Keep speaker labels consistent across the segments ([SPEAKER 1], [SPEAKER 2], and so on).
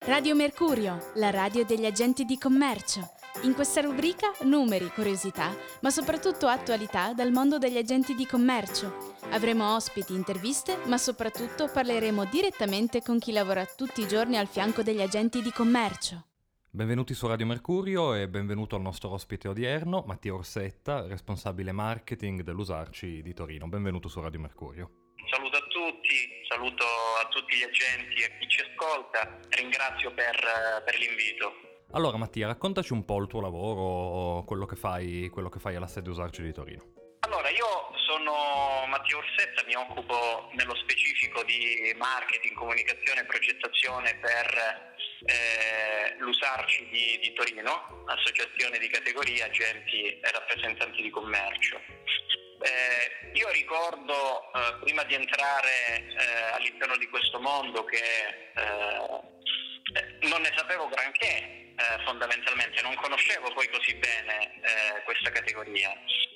[SPEAKER 1] Radio Mercurio, la radio degli agenti di commercio. In questa rubrica numeri, curiosità, ma soprattutto attualità dal mondo degli agenti di commercio. Avremo ospiti, interviste, ma soprattutto parleremo direttamente con chi lavora tutti i giorni al fianco degli agenti di commercio.
[SPEAKER 2] Benvenuti su Radio Mercurio e benvenuto al nostro ospite odierno, Mattia Orsetta, responsabile marketing dell'Usarci di Torino. Benvenuto su Radio Mercurio.
[SPEAKER 3] Saluto a tutti, saluto a tutti gli agenti e a chi ci ascolta, ringrazio per l'invito.
[SPEAKER 2] Allora Mattia, raccontaci un po' il tuo lavoro, quello che fai alla sede Usarci di Torino.
[SPEAKER 3] Allora, io sono Mattia Orsetta, mi occupo nello specifico di marketing, comunicazione e progettazione per l'Usarci di Torino, associazione di categoria agenti e rappresentanti di commercio. Io ricordo prima di entrare all'interno di questo mondo che non ne sapevo granché, fondamentalmente non conoscevo poi così bene questa categoria.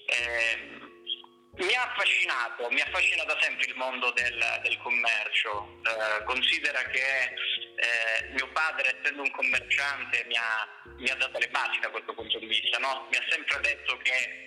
[SPEAKER 3] Mi ha affascina da sempre il mondo del commercio. Considera che mio padre, essendo un commerciante, mi ha dato le basi da questo punto di vista, no? Mi ha sempre detto che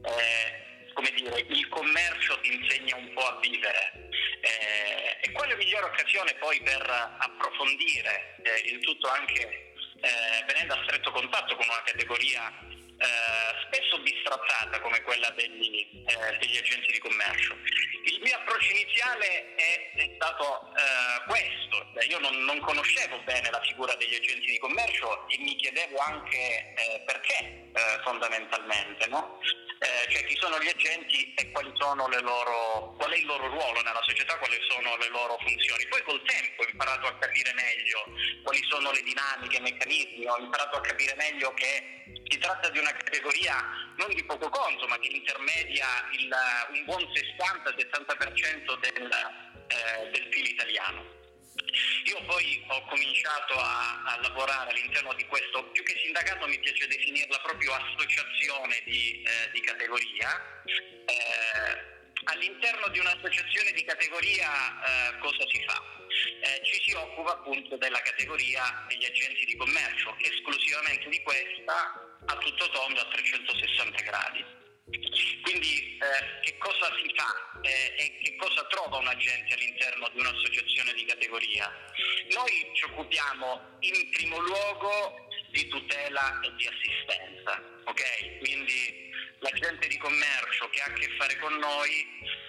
[SPEAKER 3] il commercio ti insegna un po' a vivere, e quale migliore occasione poi per approfondire il tutto anche venendo a stretto contatto con una categoria spesso bistrattata come quella degli agenti di commercio. Il mio approccio iniziale è stato questo. Io non conoscevo bene la figura degli agenti di commercio e mi chiedevo anche perché, fondamentalmente, no? Cioè chi sono gli agenti e qual è il loro ruolo nella società, quali sono le loro funzioni. Poi col tempo ho imparato a capire meglio quali sono le dinamiche, i meccanismi, ho imparato a capire meglio che si tratta di una categoria non di poco conto, ma che intermedia un buon 60-70% del PIL italiano. Io poi ho cominciato a lavorare all'interno di questo, più che sindacato mi piace definirla proprio associazione di categoria. All'interno di un'associazione di categoria cosa si fa? Ci si occupa appunto della categoria degli agenti di commercio, esclusivamente di questa, a tutto tondo, a 360 gradi. Quindi che cosa si fa e che cosa trova un agente all'interno di un'associazione di categoria? Noi ci occupiamo in primo luogo di tutela e di assistenza, ok? Quindi l'agente di commercio che ha a che fare con noi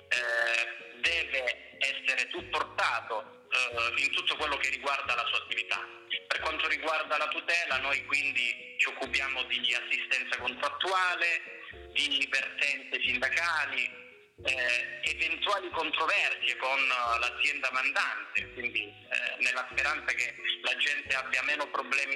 [SPEAKER 3] deve essere supportato in tutto quello che riguarda la sua attività. Per quanto riguarda la tutela, noi quindi ci occupiamo di assistenza contrattuale, di vertenze sindacali, eventuali controversie con l'azienda mandante, quindi nella speranza che la gente abbia meno problemi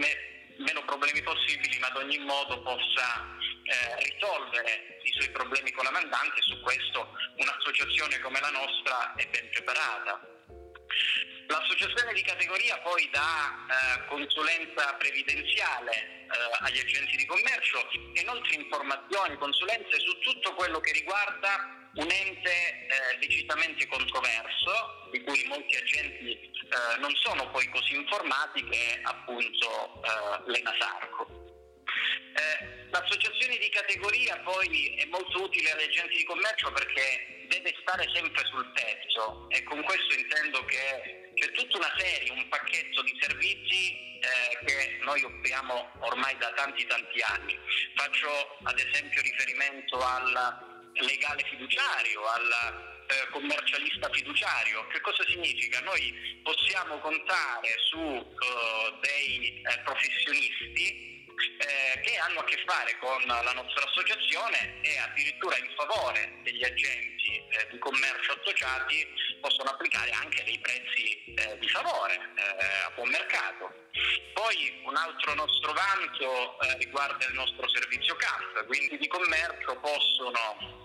[SPEAKER 3] possibili, ma ad ogni modo possa risolvere i suoi problemi con la mandante. Su questo un'associazione come la nostra è ben preparata. L'associazione di categoria poi dà consulenza previdenziale agli agenti di commercio e inoltre informazioni, consulenze su tutto quello che riguarda un ente decisamente controverso, di cui molti agenti non sono poi così informati, che è appunto l'ENASARCO. L'associazione di categoria poi è molto utile agli agenti di commercio perché deve stare sempre sul pezzo, e con questo intendo che c'è tutta una serie, un pacchetto di servizi che noi offriamo ormai da tanti anni. Faccio ad esempio riferimento al legale fiduciario, al commercialista fiduciario. Che cosa significa? Noi possiamo contare su dei professionisti che hanno a che fare con la nostra associazione e addirittura in favore degli agenti di commercio associati possono applicare anche dei prezzi di favore a buon mercato. Poi un altro nostro vanto riguarda il nostro servizio CAF, quindi di commercio possono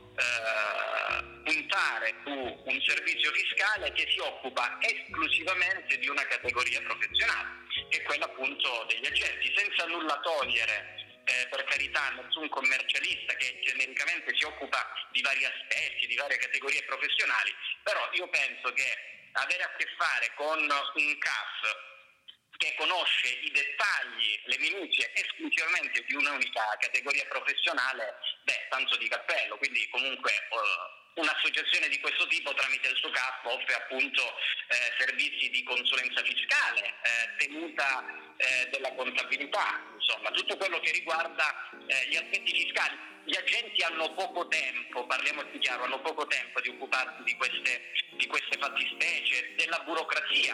[SPEAKER 3] puntare su un servizio fiscale che si occupa esclusivamente di una categoria professionale, che è quella appunto degli agenti, senza nulla togliere per carità nessun commercialista che genericamente si occupa di vari aspetti, di varie categorie professionali, però io penso che avere a che fare con un CAF che conosce i dettagli, le minuzie esclusivamente di un'unica categoria professionale, tanto di cappello. Quindi comunque un'associazione di questo tipo tramite il suo CAF offre appunto servizi di consulenza fiscale, tenuta della contabilità, insomma tutto quello che riguarda gli aspetti fiscali. Gli agenti hanno poco tempo, parliamoci chiaro, hanno poco tempo di occuparsi di queste fattispecie, della burocrazia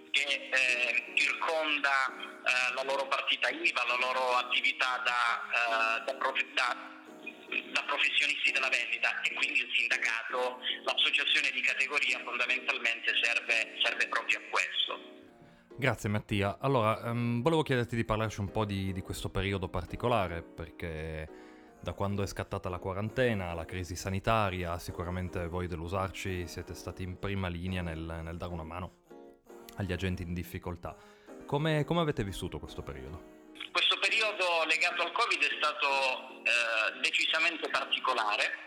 [SPEAKER 3] che circonda la loro partita IVA, la loro attività da professionisti della vendita, e quindi il sindacato, l'associazione di categoria fondamentalmente serve proprio a questo.
[SPEAKER 2] Grazie Mattia. Allora, volevo chiederti di parlarci un po' di questo periodo particolare, perché da quando è scattata la quarantena, la crisi sanitaria, sicuramente voi dell'Usarci siete stati in prima linea nel dare una mano agli agenti in difficoltà. Come avete vissuto questo periodo?
[SPEAKER 3] Questo periodo legato al Covid è stato decisamente particolare,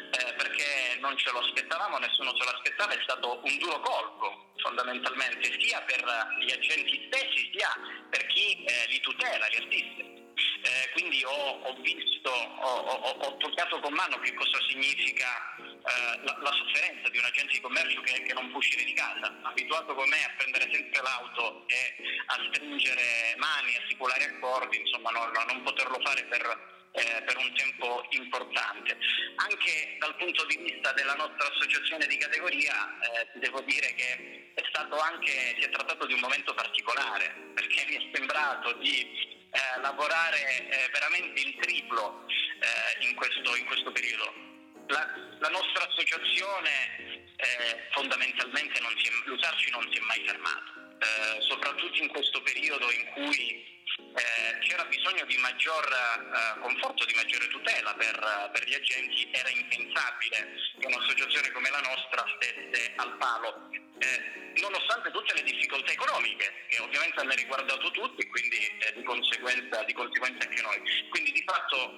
[SPEAKER 3] perché non ce lo aspettavamo, nessuno ce l'aspettava, è stato un duro colpo fondamentalmente, sia per gli agenti stessi sia per chi li tutela, li assiste. Quindi ho visto, ho toccato con mano che cosa significa la sofferenza di un agente di commercio che non può uscire di casa, abituato come me a prendere sempre l'auto e a stringere mani, a stipulare accordi, insomma non poterlo fare per un tempo importante. Anche dal punto di vista della nostra associazione di categoria devo dire che si è trattato di un momento particolare, perché mi è sembrato di lavorare veramente il triplo in questo periodo. La nostra associazione fondamentalmente l'Usarci non si è mai fermato, soprattutto in questo periodo in cui c'era bisogno di maggior conforto, di maggiore tutela per gli agenti. Era impensabile che un'associazione come la nostra stesse al palo, nonostante tutte le difficoltà economiche che ovviamente hanno riguardato tutti, e quindi di conseguenza anche noi. Quindi di fatto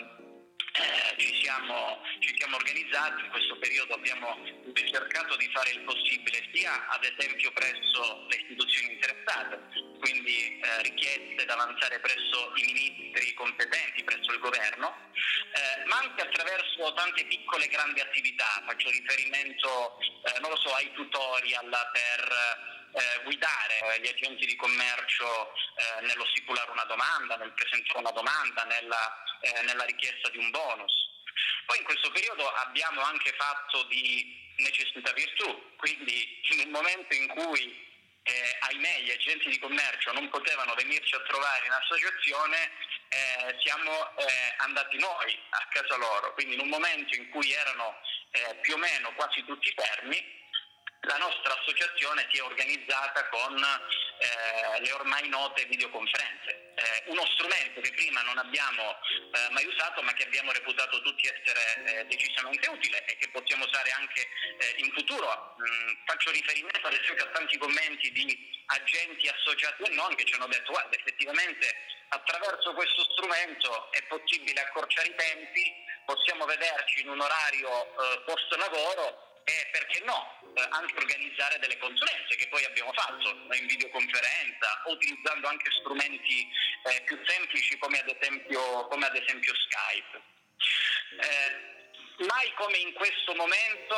[SPEAKER 3] ci siamo organizzati in questo periodo, abbiamo cercato di fare il possibile sia ad esempio presso le istituzioni interessate, quindi richieste da avanzare presso i ministri competenti, presso il governo, ma anche attraverso tante piccole e grandi attività. Faccio riferimento ai tutorial per guidare gli agenti di commercio nello stipulare una domanda, nel presentare una domanda, nella richiesta di un bonus. Poi in questo periodo abbiamo anche fatto di necessità virtù, quindi in un momento in cui ahimè gli agenti di commercio non potevano venirci a trovare in associazione, siamo andati noi a casa loro, quindi in un momento in cui erano più o meno quasi tutti fermi, la nostra associazione si è organizzata con le ormai note videoconferenze, uno strumento che prima non abbiamo mai usato, ma che abbiamo reputato tutti essere decisamente utile e che possiamo usare anche in futuro. Faccio riferimento ad esempio a tanti commenti di agenti associati e non, che ci hanno detto: guarda, effettivamente attraverso questo strumento è possibile accorciare i tempi, possiamo vederci in un orario post lavoro, e perché no, anche organizzare delle consulenze, che poi abbiamo fatto in videoconferenza, utilizzando anche strumenti più semplici come ad esempio Skype. Mai come in questo momento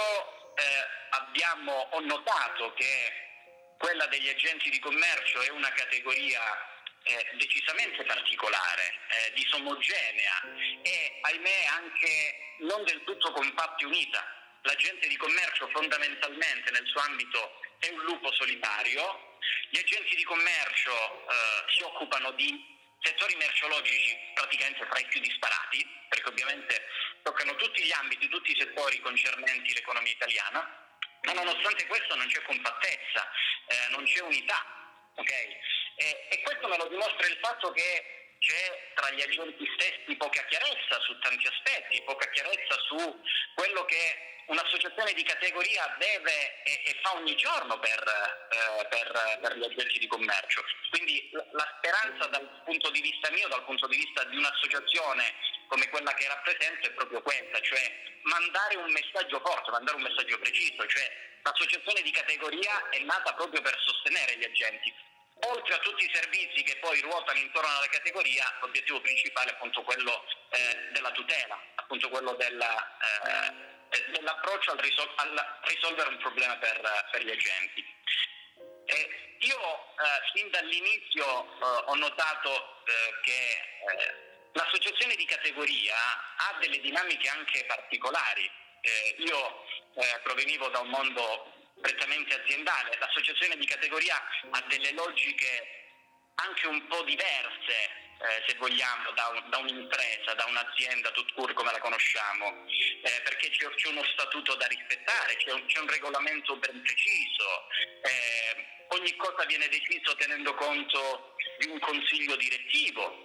[SPEAKER 3] ho notato che quella degli agenti di commercio è una categoria decisamente particolare, disomogenea e ahimè anche non del tutto compatta e unita. L'agente di commercio fondamentalmente nel suo ambito è un lupo solitario. Gli agenti di commercio si occupano di settori merceologici praticamente fra i più disparati, perché ovviamente toccano tutti gli ambiti, tutti i settori concernenti l'economia italiana, ma nonostante questo non c'è compattezza, non c'è unità, ok? E questo me lo dimostra il fatto che c'è tra gli agenti stessi poca chiarezza su tanti aspetti, poca chiarezza su quello che un'associazione di categoria deve e fa ogni giorno per gli agenti di commercio. Quindi la speranza dal punto di vista mio, dal punto di vista di un'associazione come quella che rappresento, è proprio questa, cioè mandare un messaggio forte, mandare un messaggio preciso, cioè l'associazione di categoria è nata proprio per sostenere gli agenti. oltre a tutti i servizi che poi ruotano intorno alla categoria, l'obiettivo principale è appunto quello della tutela, appunto quello dell'approccio al risolvere un problema per gli agenti. Io fin dall'inizio ho notato che l'associazione di categoria ha delle dinamiche anche particolari. Io provenivo da un mondo prettamente aziendale, l'associazione di categoria ha delle logiche anche un po' diverse, se vogliamo, da un'impresa, da un'azienda tout court come la conosciamo, perché c'è uno statuto da rispettare, c'è un regolamento ben preciso, ogni cosa viene deciso tenendo conto di un consiglio direttivo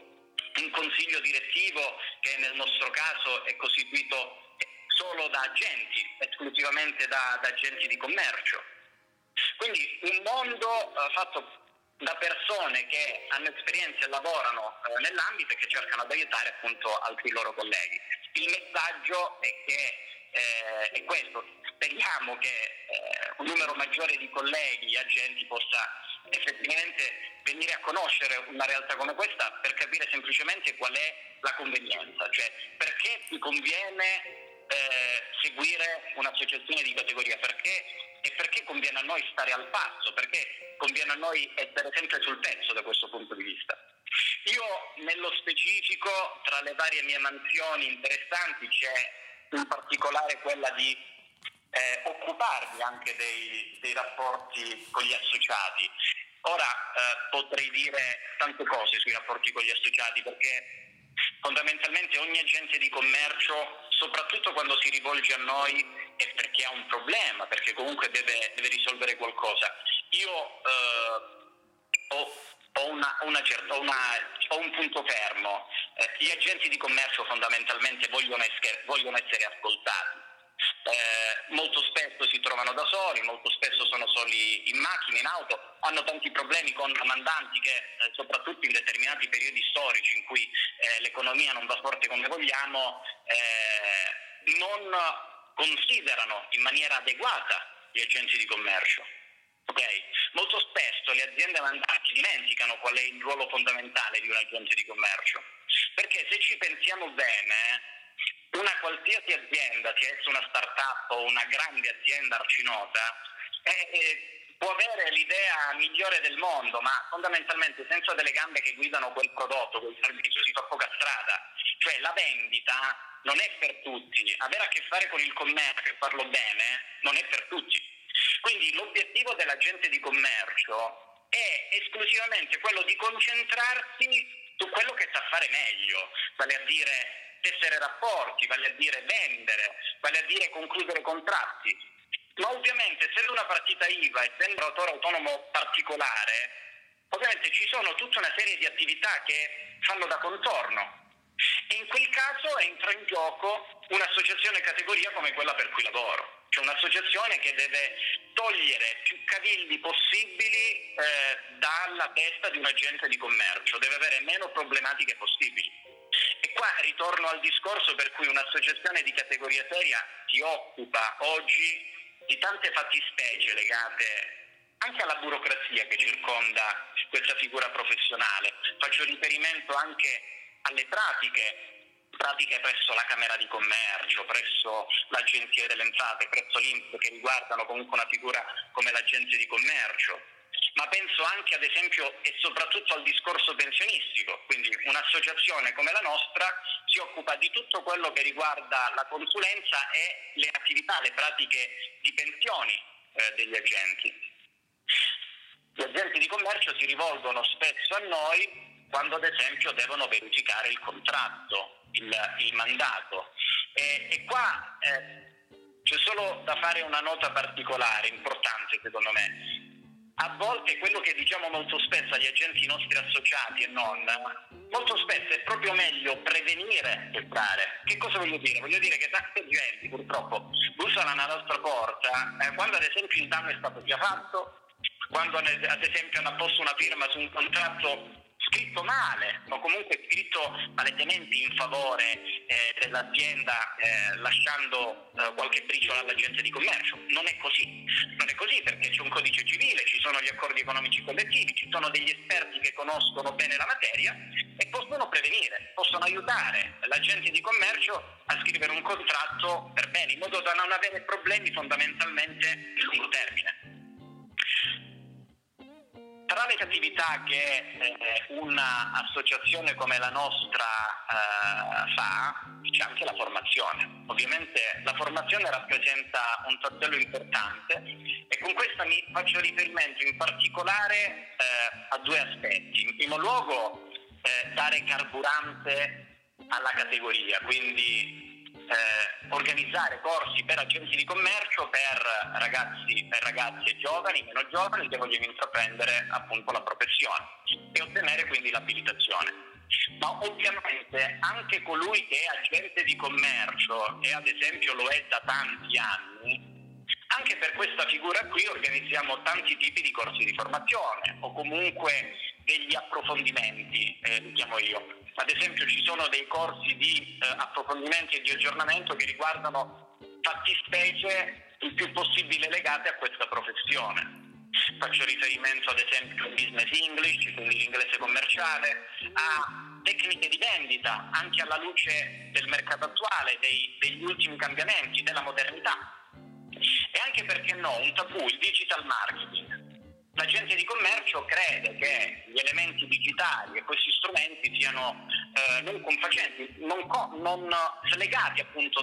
[SPEAKER 3] che nel nostro caso è costituito solo da agenti, esclusivamente da agenti di commercio. Quindi un mondo fatto da persone che hanno esperienza e lavorano nell'ambito e che cercano di aiutare appunto altri loro colleghi. Il messaggio è che è questo: speriamo che un numero maggiore di colleghi e agenti possa effettivamente venire a conoscere una realtà come questa per capire semplicemente qual è la convenienza, cioè perché ti conviene seguire un'associazione di categoria, perché conviene a noi stare al passo, perché conviene a noi essere sempre sul pezzo da questo punto di vista. Io nello specifico, tra le varie mie mansioni interessanti, c'è in particolare quella di occuparmi anche dei rapporti con gli associati. Ora potrei dire tante cose sui rapporti con gli associati, perché fondamentalmente ogni agente di commercio, soprattutto quando si rivolge a noi, è perché ha un problema, perché comunque deve risolvere qualcosa. Io ho un punto fermo. Gli agenti di commercio fondamentalmente vogliono essere ascoltati. Molto spesso si trovano da soli, molto spesso sono soli in macchina, in auto, hanno tanti problemi con mandanti che soprattutto in determinati periodi storici in cui l'economia non va forte come vogliamo, non considerano in maniera adeguata gli agenti di commercio. Okay? Molto spesso le aziende mandanti dimenticano qual è il ruolo fondamentale di un agente di commercio, perché se ci pensiamo bene, una qualsiasi azienda, sia essa una start-up o una grande azienda arcinota, può avere l'idea migliore del mondo, ma fondamentalmente senza delle gambe che guidano quel prodotto, quel servizio, si fa poca strada. Cioè la vendita non è per tutti, avere a che fare con il commercio e farlo bene non è per tutti. Quindi l'obiettivo dell'agente di commercio è esclusivamente quello di concentrarsi su quello che sa fare meglio, vale a dire tessere rapporti, vale a dire vendere, vale a dire concludere contratti. Ma ovviamente, essendo una partita IVA, essendo un autore autonomo particolare, ovviamente ci sono tutta una serie di attività che fanno da contorno. E in quel caso entra in gioco un'associazione categoria come quella per cui lavoro. Cioè un'associazione che deve togliere più cavilli possibili dalla testa di un agente di commercio, deve avere meno problematiche possibili. E qua ritorno al discorso per cui un'associazione di categoria seria si occupa oggi di tante fattispecie legate anche alla burocrazia che circonda questa figura professionale. Faccio riferimento anche alle pratiche presso la Camera di Commercio, presso l'Agenzia delle Entrate, presso l'INPS, che riguardano comunque una figura come l'agente di commercio. Ma penso anche ad esempio e soprattutto al discorso pensionistico, quindi un'associazione come la nostra si occupa di tutto quello che riguarda la consulenza e le attività, le pratiche di pensioni degli agenti. Gli agenti di commercio si rivolgono spesso a noi quando ad esempio devono verificare il contratto, il mandato. E qua c'è solo da fare una nota particolare, importante secondo me. A volte quello che diciamo molto spesso agli agenti nostri associati e non, molto spesso è proprio meglio prevenire che curare. Che cosa voglio dire? Voglio dire che tanti agenti purtroppo bussano alla nostra porta quando ad esempio il danno è stato già fatto, quando ad esempio hanno apposto una firma su un contratto scritto male o comunque scritto palesemente in favore dell'azienda, lasciando qualche briciola all'agente di commercio. Non è così perché c'è un codice civile, ci sono gli accordi economici collettivi, ci sono degli esperti che conoscono bene la materia e possono prevenire, possono aiutare l'agente di commercio a scrivere un contratto per bene, in modo da non avere problemi fondamentalmente di lungo termine. Tra le attività che un'associazione come la nostra fa, c'è anche la formazione. Ovviamente la formazione rappresenta un tassello importante e con questa mi faccio riferimento in particolare a due aspetti. In primo luogo dare carburante alla categoria, quindi organizzare corsi per agenti di commercio per ragazzi e giovani, meno giovani, che vogliono intraprendere appunto la professione e ottenere quindi l'abilitazione. Ma ovviamente anche colui che è agente di commercio e ad esempio lo è da tanti anni, anche per questa figura qui organizziamo tanti tipi di corsi di formazione o comunque degli approfondimenti, li chiamo io. Ad esempio ci sono dei corsi di approfondimenti e di aggiornamento che riguardano fattispecie il più possibile legate a questa professione. Faccio riferimento ad esempio al business English, quindi l'inglese commerciale, a tecniche di vendita, anche alla luce del mercato attuale, degli ultimi cambiamenti, della modernità. E anche, perché no, un tabù, il digital marketing. L'agente di commercio crede che gli elementi digitali e questi strumenti siano non confacenti, non slegati appunto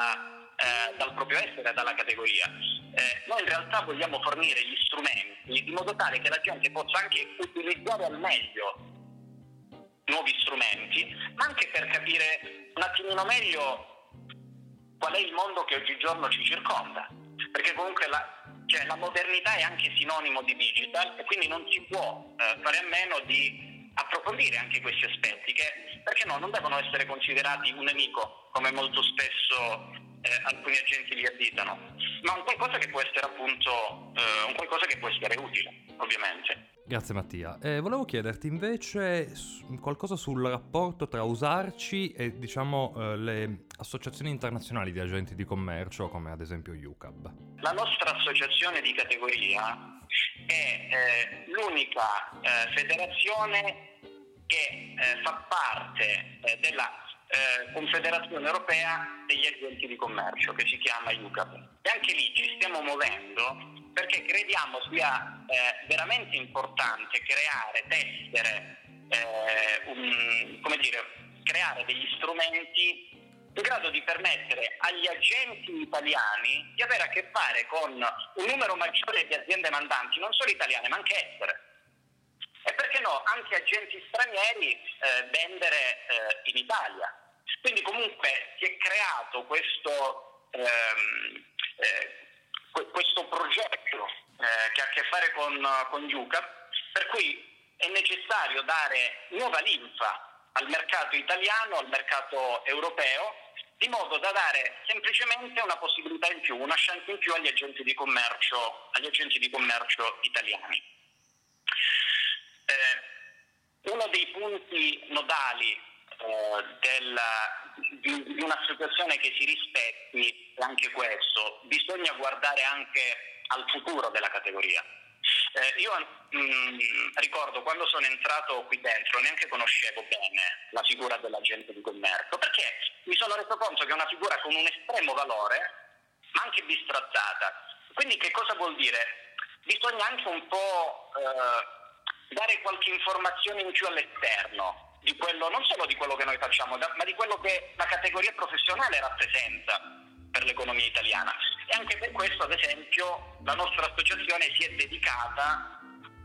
[SPEAKER 3] dal proprio essere, dalla categoria. Noi in realtà vogliamo fornire gli strumenti di modo tale che la gente possa anche utilizzare al meglio nuovi strumenti, ma anche per capire un attimino meglio qual è il mondo che oggigiorno ci circonda, perché comunque la modernità è anche sinonimo di digital e quindi non si può fare a meno di approfondire anche questi aspetti che, perché no, non devono essere considerati un nemico come molto spesso alcuni agenti li additano, ma un qualcosa che può essere appunto un qualcosa che può essere utile, ovviamente.
[SPEAKER 2] Grazie Mattia. Volevo chiederti invece qualcosa sul rapporto tra Usarci e le associazioni internazionali di agenti di commercio come ad esempio UCAB.
[SPEAKER 3] La nostra associazione di categoria è l'unica federazione che fa parte della Confederazione Europea degli agenti di commercio, che si chiama UCAB. E anche lì ci stiamo muovendo perché crediamo sia veramente importante creare degli strumenti in grado di permettere agli agenti italiani di avere a che fare con un numero maggiore di aziende mandanti, non solo italiane ma anche estere. E perché no, anche agenti stranieri vendere in Italia. Quindi comunque si è creato questo progetto che ha a che fare con UCAB, per cui è necessario dare nuova linfa al mercato italiano, al mercato europeo, di modo da dare semplicemente una possibilità in più, una chance in più agli agenti di commercio italiani. Uno dei punti nodali di un'associazione che si rispetti è anche questo: bisogna guardare anche al futuro della categoria. Io ricordo quando sono entrato qui dentro neanche conoscevo bene la figura dell'agente di commercio, perché mi sono reso conto che è una figura con un estremo valore ma anche bistrattata. Quindi che cosa vuol dire? Bisogna anche un po' dare qualche informazione in più all'esterno di quello, non solo di quello che noi facciamo, ma di quello che la categoria professionale rappresenta per l'economia italiana. E anche per questo, ad esempio, la nostra associazione si è dedicata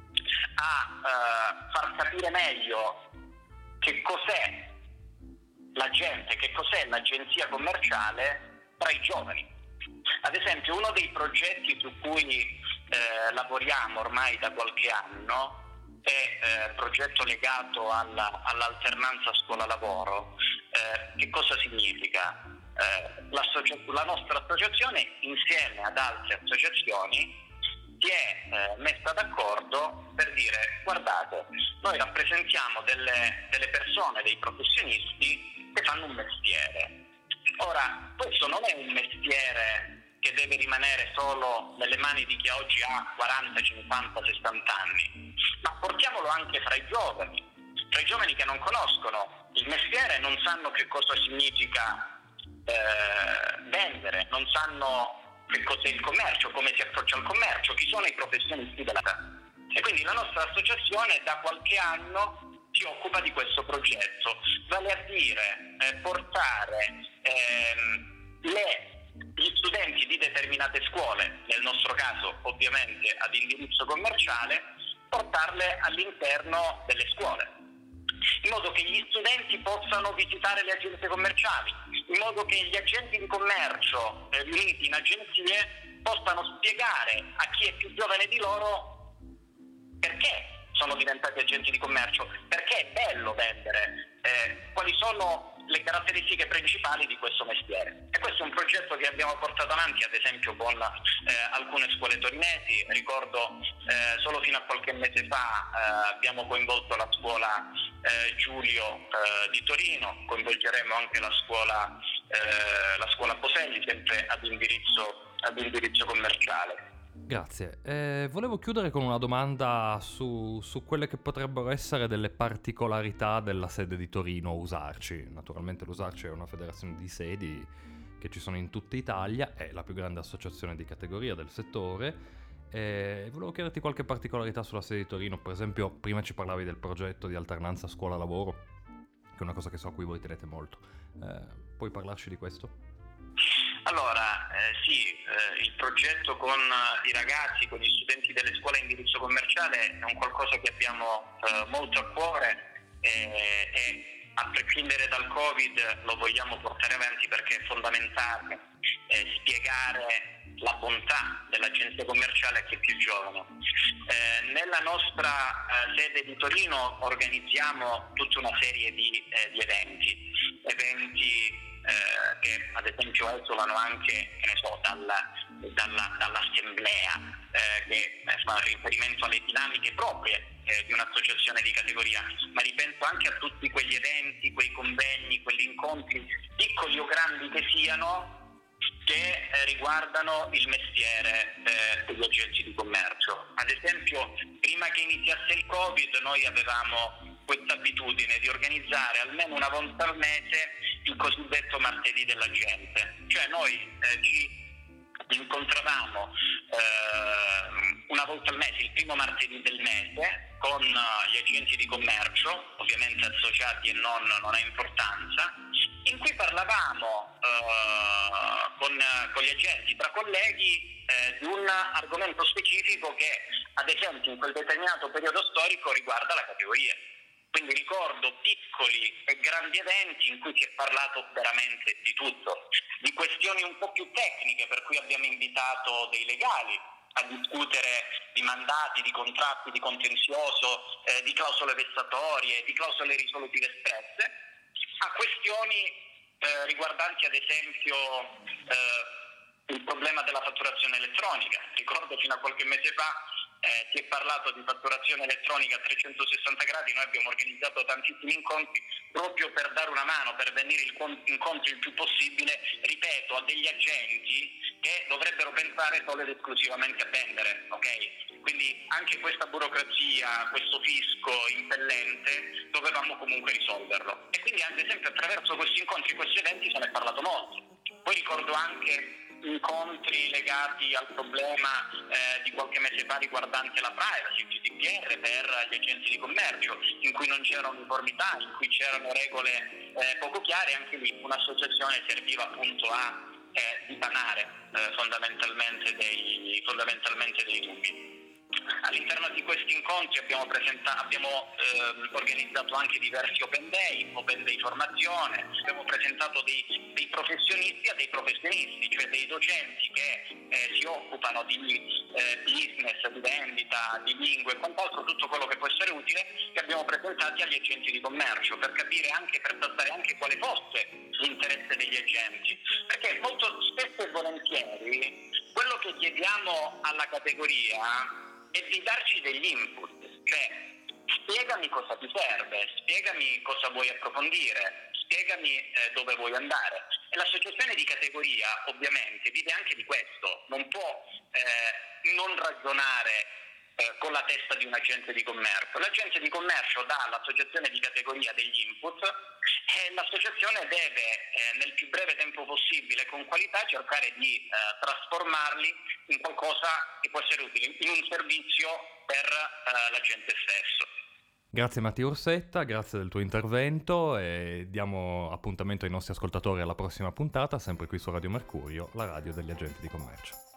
[SPEAKER 3] a far capire meglio che cos'è l'agente, che cos'è l'agenzia commerciale tra i giovani. Ad esempio, uno dei progetti su cui lavoriamo ormai da qualche anno è progetto legato all'alternanza scuola-lavoro. Che cosa significa? La nostra associazione, insieme ad altre associazioni, si è messa d'accordo per dire: guardate, noi rappresentiamo delle persone, dei professionisti che fanno un mestiere. Ora, questo non è un mestiere che deve rimanere solo nelle mani di chi oggi ha 40, 50, 60 anni, ma portiamolo anche fra i giovani che non conoscono il mestiere, non sanno che cosa significa vendere, non sanno che cos'è il commercio, come si approccia al commercio, chi sono i professionisti della vita. E quindi la nostra associazione da qualche anno si occupa di questo progetto, vale a dire portare gli studenti di determinate scuole, nel nostro caso ovviamente ad indirizzo commerciale, portarle all'interno delle scuole, in modo che gli studenti possano visitare le agenzie commerciali, in modo che gli agenti di commercio riuniti in agenzie possano spiegare a chi è più giovane di loro perché sono diventati agenti di commercio, perché è bello vendere, quali sono le caratteristiche principali di questo mestiere. E questo è un progetto che abbiamo portato avanti ad esempio con alcune scuole torinesi. Ricordo solo fino a qualche mese fa abbiamo coinvolto la scuola Giulio di Torino, coinvolgeremo anche la scuola Boselli, sempre ad indirizzo commerciale.
[SPEAKER 2] Grazie. Volevo chiudere con una domanda su quelle che potrebbero essere delle particolarità della sede di Torino Usarci. Naturalmente l'Usarci è una federazione di sedi che ci sono in tutta Italia, è la più grande associazione di categoria del settore. Volevo chiederti qualche particolarità sulla sede di Torino. Per esempio, prima ci parlavi del progetto di alternanza scuola-lavoro, che è una cosa che so a cui voi tenete molto. Puoi parlarci di questo?
[SPEAKER 3] Allora, sì, il progetto con i ragazzi, con gli studenti delle scuole a indirizzo commerciale è un qualcosa che abbiamo molto a cuore e a prescindere dal Covid lo vogliamo portare avanti perché è fondamentale spiegare la bontà dell'agenzia commerciale a chi è più giovane. Nella nostra sede di Torino organizziamo tutta una serie di eventi che ad esempio esulano anche, che ne so, dall'assemblea che fa riferimento alle dinamiche proprie di un'associazione di categoria, ma ripenso anche a tutti quegli eventi, quei convegni, quegli incontri, piccoli o grandi che siano, che riguardano il mestiere degli agenti di commercio. Ad esempio, prima che iniziasse il Covid, noi avevamo questa abitudine di organizzare almeno una volta al mese il cosiddetto martedì dell'agente. Cioè noi ci incontravamo una volta al mese, il primo martedì del mese, con gli agenti di commercio, ovviamente associati e non ha importanza, in cui parlavamo con gli agenti, tra colleghi, di un argomento specifico che ad esempio in quel determinato periodo storico riguarda la categoria. Quindi ricordo piccoli e grandi eventi in cui si è parlato veramente di tutto, di questioni un po' più tecniche, per cui abbiamo invitato dei legali a discutere di mandati, di contratti, di contenzioso, di clausole vessatorie, di clausole risolutive espresse, a questioni riguardanti ad esempio il problema della fatturazione elettronica. Ricordo fino a qualche mese fa si è parlato di fatturazione elettronica a 360 gradi, noi abbiamo organizzato tantissimi incontri proprio per dare una mano, per venire incontro il più possibile, ripeto, a degli agenti che dovrebbero pensare solo ed esclusivamente a vendere, ok? Quindi anche questa burocrazia, questo fisco impellente, dovevamo comunque risolverlo. E quindi ad esempio attraverso questi incontri, questi eventi se ne è parlato molto. Poi ricordo anche incontri legati al problema di qualche mese fa riguardante la privacy, il GDPR per gli agenti di commercio, in cui non c'era uniformità, in cui c'erano regole poco chiare. Anche lì un'associazione serviva appunto a dipanare fondamentalmente dei dubbi. All'interno di questi incontri abbiamo organizzato anche diversi open day formazione, abbiamo presentato dei professionisti a dei professionisti, cioè dei docenti che si occupano di business, di vendita, di lingue e quant'altro, tutto quello che può essere utile, che abbiamo presentati agli agenti di commercio per capire anche, per tastare anche quale fosse l'interesse degli agenti, perché molto spesso e volentieri quello che chiediamo alla categoria è di darci degli input, cioè spiegami cosa ti serve, spiegami cosa vuoi approfondire, spiegami dove vuoi andare. E l'associazione di categoria ovviamente vive anche di questo, non può non ragionare con la testa di un agente di commercio. L'agente di commercio dà all'associazione di categoria degli input e l'associazione deve nel più breve tempo possibile, con qualità, cercare di trasformarli in qualcosa che può essere utile, in un servizio per l'agente stesso.
[SPEAKER 2] Grazie Mattia Ursetta, grazie del tuo intervento e diamo appuntamento ai nostri ascoltatori alla prossima puntata, sempre qui su Radio Mercurio, la radio degli agenti di commercio.